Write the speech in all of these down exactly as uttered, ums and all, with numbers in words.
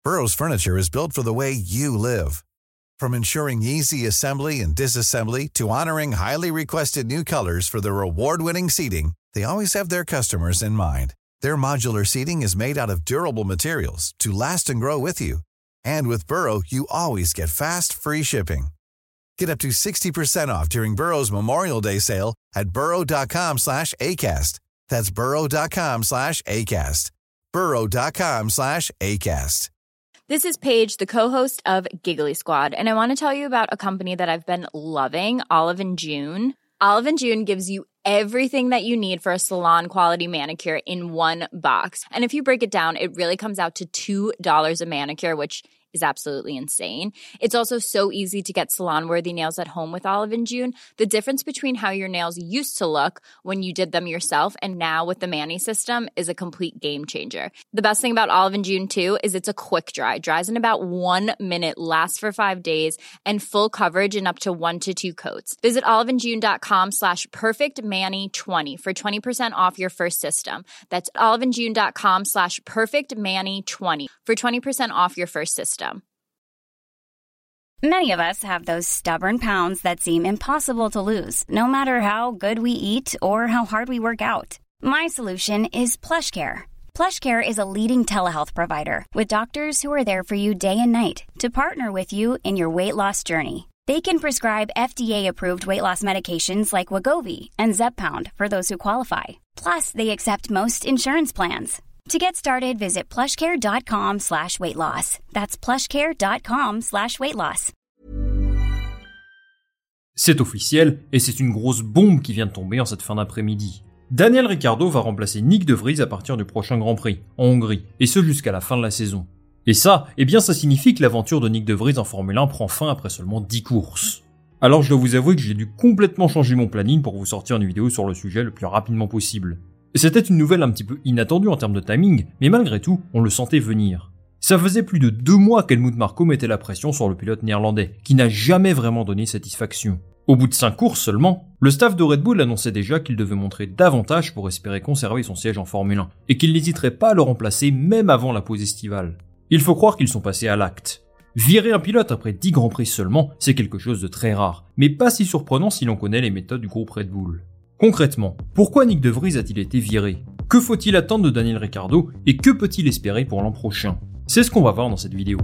Burrow's furniture is built for the way you live. From ensuring easy assembly and disassembly to honoring highly requested new colors for their award-winning seating, they always have their customers in mind. Their modular seating is made out of durable materials to last and grow with you. And with Burrow, you always get fast, free shipping. Get up to sixty percent off during Burrow's Memorial Day sale at burrow.com slash ACAST. That's burrow.com slash ACAST. burrow.com slash ACAST. This is Paige, the co-host of Giggly Squad, and I want to tell you about a company that I've been loving, Olive and June. Olive and June gives you everything that you need for a salon-quality manicure in one box. And if you break it down, it really comes out to two dollars a manicure, which is absolutely insane. It's also so easy to get salon-worthy nails at home with Olive and June. The difference between how your nails used to look when you did them yourself and now with the Mani system is a complete game changer. The best thing about Olive and June, too, is it's a quick dry. Dries in about one minute, lasts for five days, and full coverage in up to one to two coats. Visit oliveandjune.com slash perfectmani20 for twenty percent off your first system. That's oliveandjune.com slash perfectmani20 for twenty percent off your first system. Many of us have those stubborn pounds that seem impossible to lose, no matter how good we eat or how hard we work out. My solution is PlushCare. PlushCare is a leading telehealth provider with doctors who are there for you day and night to partner with you in your weight loss journey. They can prescribe F D A-approved weight loss medications like Wegovy and Zepbound for those who qualify. Plus, they accept most insurance plans. To get started, visit plushcare.com slash weight loss. That's plushcare.com slash weight loss. C'est officiel, et c'est une grosse bombe qui vient de tomber en cette fin d'après-midi. Daniel Ricciardo va remplacer Nyck de Vries à partir du prochain Grand Prix, en Hongrie, et ce jusqu'à la fin de la saison. Et ça, eh bien ça signifie que l'aventure de Nyck de Vries en Formule un prend fin après seulement dix courses. Alors je dois vous avouer que j'ai dû complètement changer mon planning pour vous sortir une vidéo sur le sujet le plus rapidement possible. C'était une nouvelle un petit peu inattendue en termes de timing, mais malgré tout, on le sentait venir. Ça faisait plus de deux mois qu'Helmut Marko mettait la pression sur le pilote néerlandais, qui n'a jamais vraiment donné satisfaction. Au bout de cinq courses seulement, le staff de Red Bull annonçait déjà qu'il devait montrer davantage pour espérer conserver son siège en Formule un, et qu'il n'hésiterait pas à le remplacer même avant la pause estivale. Il faut croire qu'ils sont passés à l'acte. Virer un pilote après dix Grands Prix seulement, c'est quelque chose de très rare, mais pas si surprenant si l'on connaît les méthodes du groupe Red Bull. Concrètement, pourquoi Nyck de Vries a-t-il été viré ? Que faut-il attendre de Daniel Ricciardo et que peut-il espérer pour l'an prochain ? C'est ce qu'on va voir dans cette vidéo.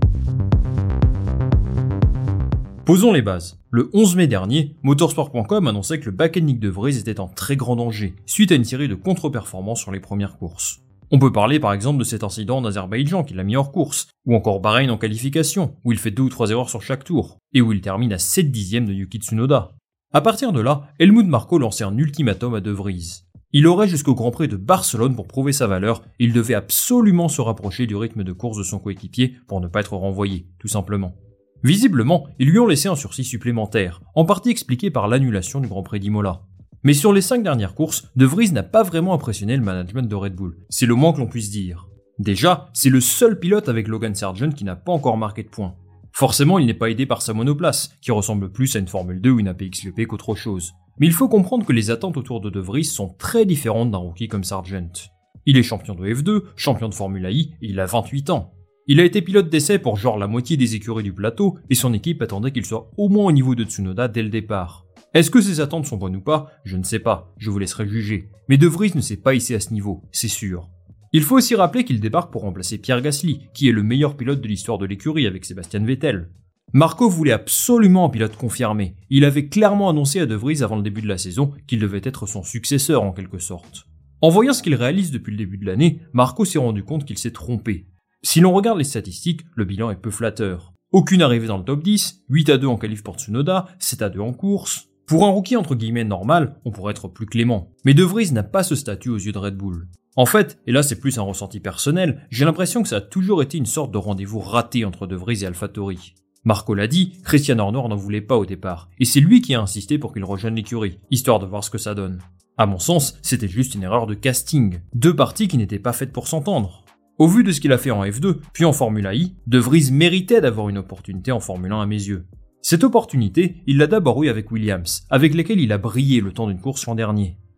Posons les bases. Le onze mai dernier, motorsport point com annonçait que le baquet de Nyck de Vries était en très grand danger, suite à une série de contre-performances sur les premières courses. On peut parler par exemple de cet incident en Azerbaïdjan qui l'a mis hors course, ou encore Bahreïn en qualification, où il fait deux ou trois erreurs sur chaque tour, et où il termine à sept dixièmes de Yuki Tsunoda. À partir de là, Helmut Marko lançait un ultimatum à De Vries. Il aurait jusqu'au Grand Prix de Barcelone pour prouver sa valeur, et il devait absolument se rapprocher du rythme de course de son coéquipier pour ne pas être renvoyé, tout simplement. Visiblement, ils lui ont laissé un sursis supplémentaire, en partie expliqué par l'annulation du Grand Prix d'Imola. Mais sur les cinq dernières courses, De Vries n'a pas vraiment impressionné le management de Red Bull, c'est le moins que l'on puisse dire. Déjà, c'est le seul pilote avec Logan Sargent qui n'a pas encore marqué de points. Forcément, il n'est pas aidé par sa monoplace, qui ressemble plus à une Formule deux ou une A P X V P qu'autre chose. Mais il faut comprendre que les attentes autour de De Vries sont très différentes d'un rookie comme Sargent. Il est champion de F deux, champion de Formula I, et il a vingt-huit ans. Il a été pilote d'essai pour genre la moitié des écuries du plateau, et son équipe attendait qu'il soit au moins au niveau de Tsunoda dès le départ. Est-ce que ses attentes sont bonnes ou pas ? Je ne sais pas, je vous laisserai juger. Mais De Vries ne s'est pas hissé à ce niveau, c'est sûr. Il faut aussi rappeler qu'il débarque pour remplacer Pierre Gasly, qui est le meilleur pilote de l'histoire de l'écurie avec Sébastien Vettel. Marko voulait absolument un pilote confirmé. Il avait clairement annoncé à De Vries avant le début de la saison qu'il devait être son successeur en quelque sorte. En voyant ce qu'il réalise depuis le début de l'année, Marko s'est rendu compte qu'il s'est trompé. Si l'on regarde les statistiques, le bilan est peu flatteur. Aucune arrivée dans le top dix, huit à deux en qualif pour Tsunoda, sept à deux en course. Pour un rookie entre guillemets normal, on pourrait être plus clément. Mais De Vries n'a pas ce statut aux yeux de Red Bull. En fait, et là c'est plus un ressenti personnel, j'ai l'impression que ça a toujours été une sorte de rendez-vous raté entre De Vries et AlphaTauri. Marko l'a dit, Christian Horner n'en voulait pas au départ, et c'est lui qui a insisté pour qu'il rejoigne l'écurie, histoire de voir ce que ça donne. À mon sens, c'était juste une erreur de casting, deux parties qui n'étaient pas faites pour s'entendre. Au vu de ce qu'il a fait en F deux, puis en Formula I, De Vries méritait d'avoir une opportunité en Formule un à mes yeux. Cette opportunité, il l'a d'abord eue avec Williams, avec lesquels il a brillé le temps d'une course l'an dernier.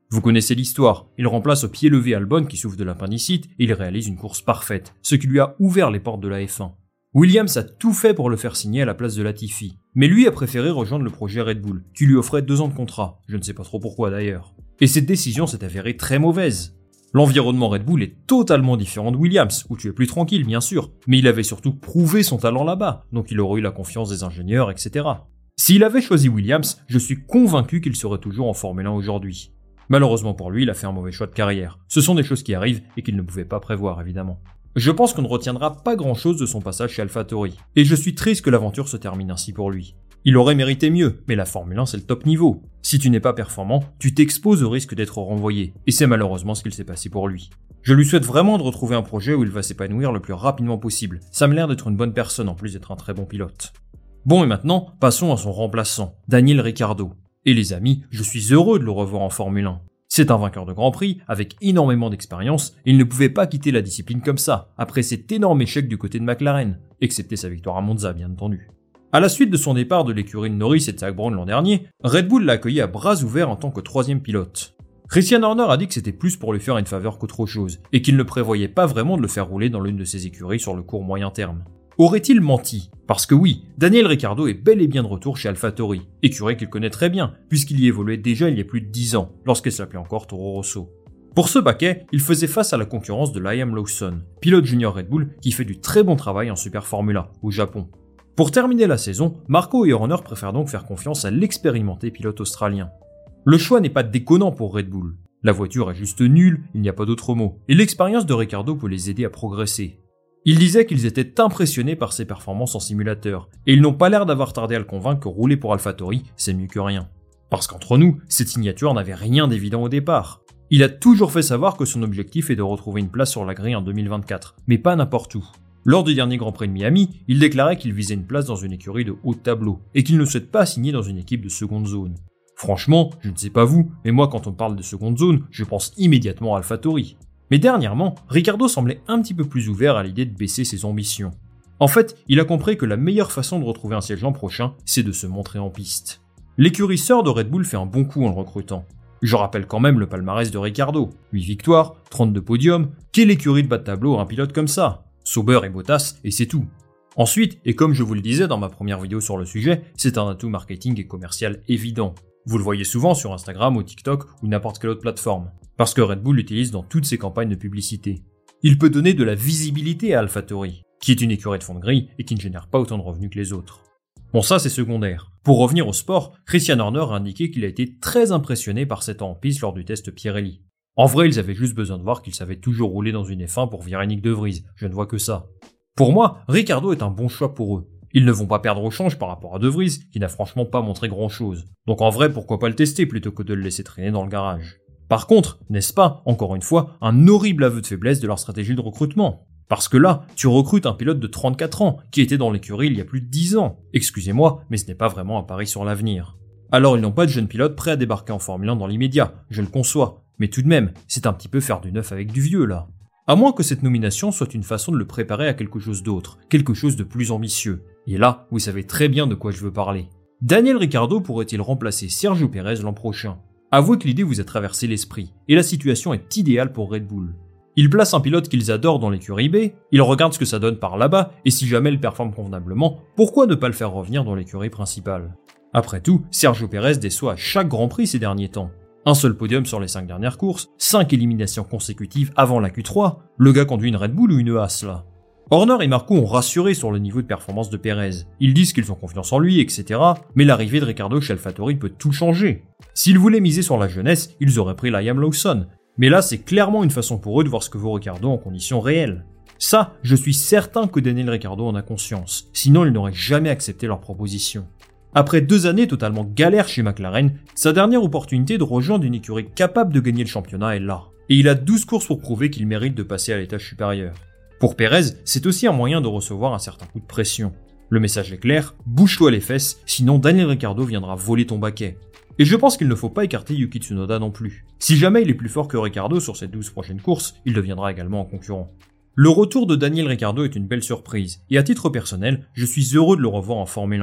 Vous connaissez l'histoire, il remplace au pied levé Albon qui souffre de l'appendicite et il réalise une course parfaite, ce qui lui a ouvert les portes de la F un. Williams a tout fait pour le faire signer à la place de Latifi, mais lui a préféré rejoindre le projet Red Bull, qui lui offrait deux ans de contrat, je ne sais pas trop pourquoi d'ailleurs. Et cette décision s'est avérée très mauvaise. L'environnement Red Bull est totalement différent de Williams, où tu es plus tranquille bien sûr, mais il avait surtout prouvé son talent là-bas, donc il aurait eu la confiance des ingénieurs, et cetera. S'il avait choisi Williams, je suis convaincu qu'il serait toujours en Formule un aujourd'hui. Malheureusement pour lui, il a fait un mauvais choix de carrière. Ce sont des choses qui arrivent et qu'il ne pouvait pas prévoir évidemment. Je pense qu'on ne retiendra pas grand chose de son passage chez AlphaTauri, et je suis triste que l'aventure se termine ainsi pour lui. Il aurait mérité mieux, mais la Formule un c'est le top niveau. Si tu n'es pas performant, tu t'exposes au risque d'être renvoyé, et c'est malheureusement ce qu'il s'est passé pour lui. Je lui souhaite vraiment de retrouver un projet où il va s'épanouir le plus rapidement possible. Ça me l'air d'être une bonne personne en plus d'être un très bon pilote. Bon et maintenant, passons à son remplaçant, Daniel Ricciardo. Et les amis, je suis heureux de le revoir en Formule un. C'est un vainqueur de Grand Prix, avec énormément d'expérience, et il ne pouvait pas quitter la discipline comme ça, après cet énorme échec du côté de McLaren, excepté sa victoire à Monza bien entendu. À la suite de son départ de l'écurie de Norris et de Zak Brown l'an dernier, Red Bull l'a accueilli à bras ouverts en tant que troisième pilote. Christian Horner a dit que c'était plus pour lui faire une faveur qu'autre chose, et qu'il ne prévoyait pas vraiment de le faire rouler dans l'une de ses écuries sur le court moyen terme. Aurait-il menti? Parce que oui, Daniel Ricciardo est bel et bien de retour chez AlphaTauri, écurie qu'il connaît très bien, puisqu'il y évoluait déjà il y a plus de dix ans, lorsqu'elle s'appelait encore Toro Rosso. Pour ce paquet, il faisait face à la concurrence de Liam Lawson, pilote junior Red Bull qui fait du très bon travail en Super Formula, au Japon. Pour terminer la saison, Marco et Horner préfèrent donc faire confiance à l'expérimenté pilote australien. Le choix n'est pas déconnant pour Red Bull. La voiture est juste nulle, il n'y a pas d'autre mot, et l'expérience de Ricciardo peut les aider à progresser. Il disait qu'ils étaient impressionnés par ses performances en simulateur, et ils n'ont pas l'air d'avoir tardé à le convaincre que rouler pour AlphaTauri, c'est mieux que rien. Parce qu'entre nous, cette signature n'avait rien d'évident au départ. Il a toujours fait savoir que son objectif est de retrouver une place sur la grille en deux mille vingt-quatre, mais pas n'importe où. Lors du dernier Grand Prix de Miami, il déclarait qu'il visait une place dans une écurie de haut de tableau, et qu'il ne souhaite pas signer dans une équipe de seconde zone. Franchement, je ne sais pas vous, mais moi quand on parle de seconde zone, je pense immédiatement à AlphaTauri. Mais dernièrement, Ricciardo semblait un petit peu plus ouvert à l'idée de baisser ses ambitions. En fait, il a compris que la meilleure façon de retrouver un siège l'an prochain, c'est de se montrer en piste. L'écurie sœur de Red Bull fait un bon coup en le recrutant. Je rappelle quand même le palmarès de Ricciardo. huit victoires, trente-deux podiums, quelle écurie de bas de tableau un pilote comme ça? Sauber et Bottas, et c'est tout. Ensuite, et comme je vous le disais dans ma première vidéo sur le sujet, c'est un atout marketing et commercial évident. Vous le voyez souvent sur Instagram ou TikTok ou n'importe quelle autre plateforme. Parce que Red Bull l'utilise dans toutes ses campagnes de publicité. Il peut donner de la visibilité à AlphaTauri, qui est une écurie de fond de grille et qui ne génère pas autant de revenus que les autres. Bon, ça c'est secondaire. Pour revenir au sport, Christian Horner a indiqué qu'il a été très impressionné par ses temps en piste lors du test Pirelli. En vrai, ils avaient juste besoin de voir qu'il savait toujours rouler dans une F un pour virer Nyck de Vries, je ne vois que ça. Pour moi, Ricciardo est un bon choix pour eux. Ils ne vont pas perdre au change par rapport à De Vries, qui n'a franchement pas montré grand chose. Donc en vrai, pourquoi pas le tester plutôt que de le laisser traîner dans le garage. Par contre, n'est-ce pas, encore une fois, un horrible aveu de faiblesse de leur stratégie de recrutement? Parce que là, tu recrutes un pilote de trente-quatre ans, qui était dans l'écurie il y a plus de dix ans. Excusez-moi, mais ce n'est pas vraiment un pari sur l'avenir. Alors ils n'ont pas de jeunes pilotes prêts à débarquer en Formule un dans l'immédiat, je le conçois. Mais tout de même, c'est un petit peu faire du neuf avec du vieux là. À moins que cette nomination soit une façon de le préparer à quelque chose d'autre, quelque chose de plus ambitieux. Et là, vous savez très bien de quoi je veux parler. Daniel Ricciardo pourrait-il remplacer Sergio Pérez l'an prochain? Avouez que l'idée vous a traversé l'esprit, et la situation est idéale pour Red Bull. Ils placent un pilote qu'ils adorent dans l'écurie B, ils regardent ce que ça donne par là-bas, et si jamais il performe convenablement, pourquoi ne pas le faire revenir dans l'écurie principale? Après tout, Sergio Pérez déçoit à chaque Grand Prix ces derniers temps. Un seul podium sur les cinq dernières courses, cinq éliminations consécutives avant la Q trois, le gars conduit une Red Bull ou une Haas là? Horner et Marco ont rassuré sur le niveau de performance de Pérez. Ils disent qu'ils ont confiance en lui, et cetera. Mais l'arrivée de Ricciardo chez AlphaTauri peut tout changer. S'ils voulaient miser sur la jeunesse, ils auraient pris Liam Lawson. Mais là, c'est clairement une façon pour eux de voir ce que vaut Ricciardo en conditions réelles. Ça, je suis certain que Daniel Ricciardo en a conscience. Sinon, il n'aurait jamais accepté leur proposition. Après deux années totalement galères chez McLaren, sa dernière opportunité de rejoindre une écurie capable de gagner le championnat est là. Et il a douze courses pour prouver qu'il mérite de passer à l'étage supérieur. Pour Pérez, c'est aussi un moyen de recevoir un certain coup de pression. Le message est clair, bouge-toi les fesses, sinon Daniel Ricciardo viendra voler ton baquet. Et je pense qu'il ne faut pas écarter Yuki Tsunoda non plus. Si jamais il est plus fort que Ricciardo sur ses douze prochaines courses, il deviendra également un concurrent. Le retour de Daniel Ricciardo est une belle surprise, et à titre personnel, je suis heureux de le revoir en Formule un.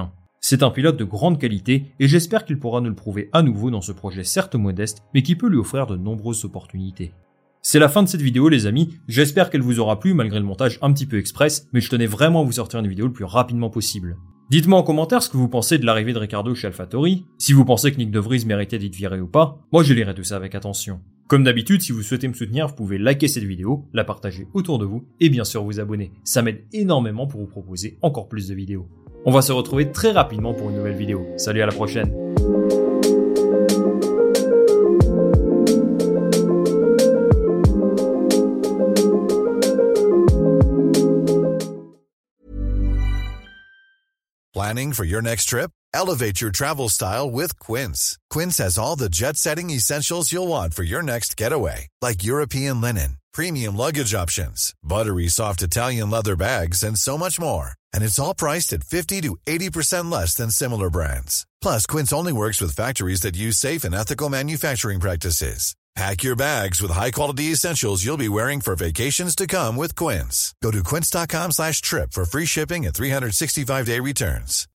C'est un pilote de grande qualité et j'espère qu'il pourra nous le prouver à nouveau dans ce projet certes modeste, mais qui peut lui offrir de nombreuses opportunités. C'est la fin de cette vidéo les amis, j'espère qu'elle vous aura plu malgré le montage un petit peu express, mais je tenais vraiment à vous sortir une vidéo le plus rapidement possible. Dites-moi en commentaire ce que vous pensez de l'arrivée de Ricciardo chez AlphaTauri, si vous pensez que Nyck de Vries méritait d'être viré ou pas, moi je lirai tout ça avec attention. Comme d'habitude, si vous souhaitez me soutenir, vous pouvez liker cette vidéo, la partager autour de vous et bien sûr vous abonner, ça m'aide énormément pour vous proposer encore plus de vidéos. On va se retrouver très rapidement pour une nouvelle vidéo. Salut, à la prochaine. Planning for your next trip? Elevate your travel style with Quince. Quince has all the jet-setting essentials you'll want for your next getaway, like European linen, premium luggage options, buttery soft Italian leather bags, and so much more. And it's all priced at fifty to eighty percent less than similar brands. Plus, Quince only works with factories that use safe and ethical manufacturing practices. Pack your bags with high-quality essentials you'll be wearing for vacations to come with Quince. Go to quince dot com slash trip for free shipping and three sixty-five day returns.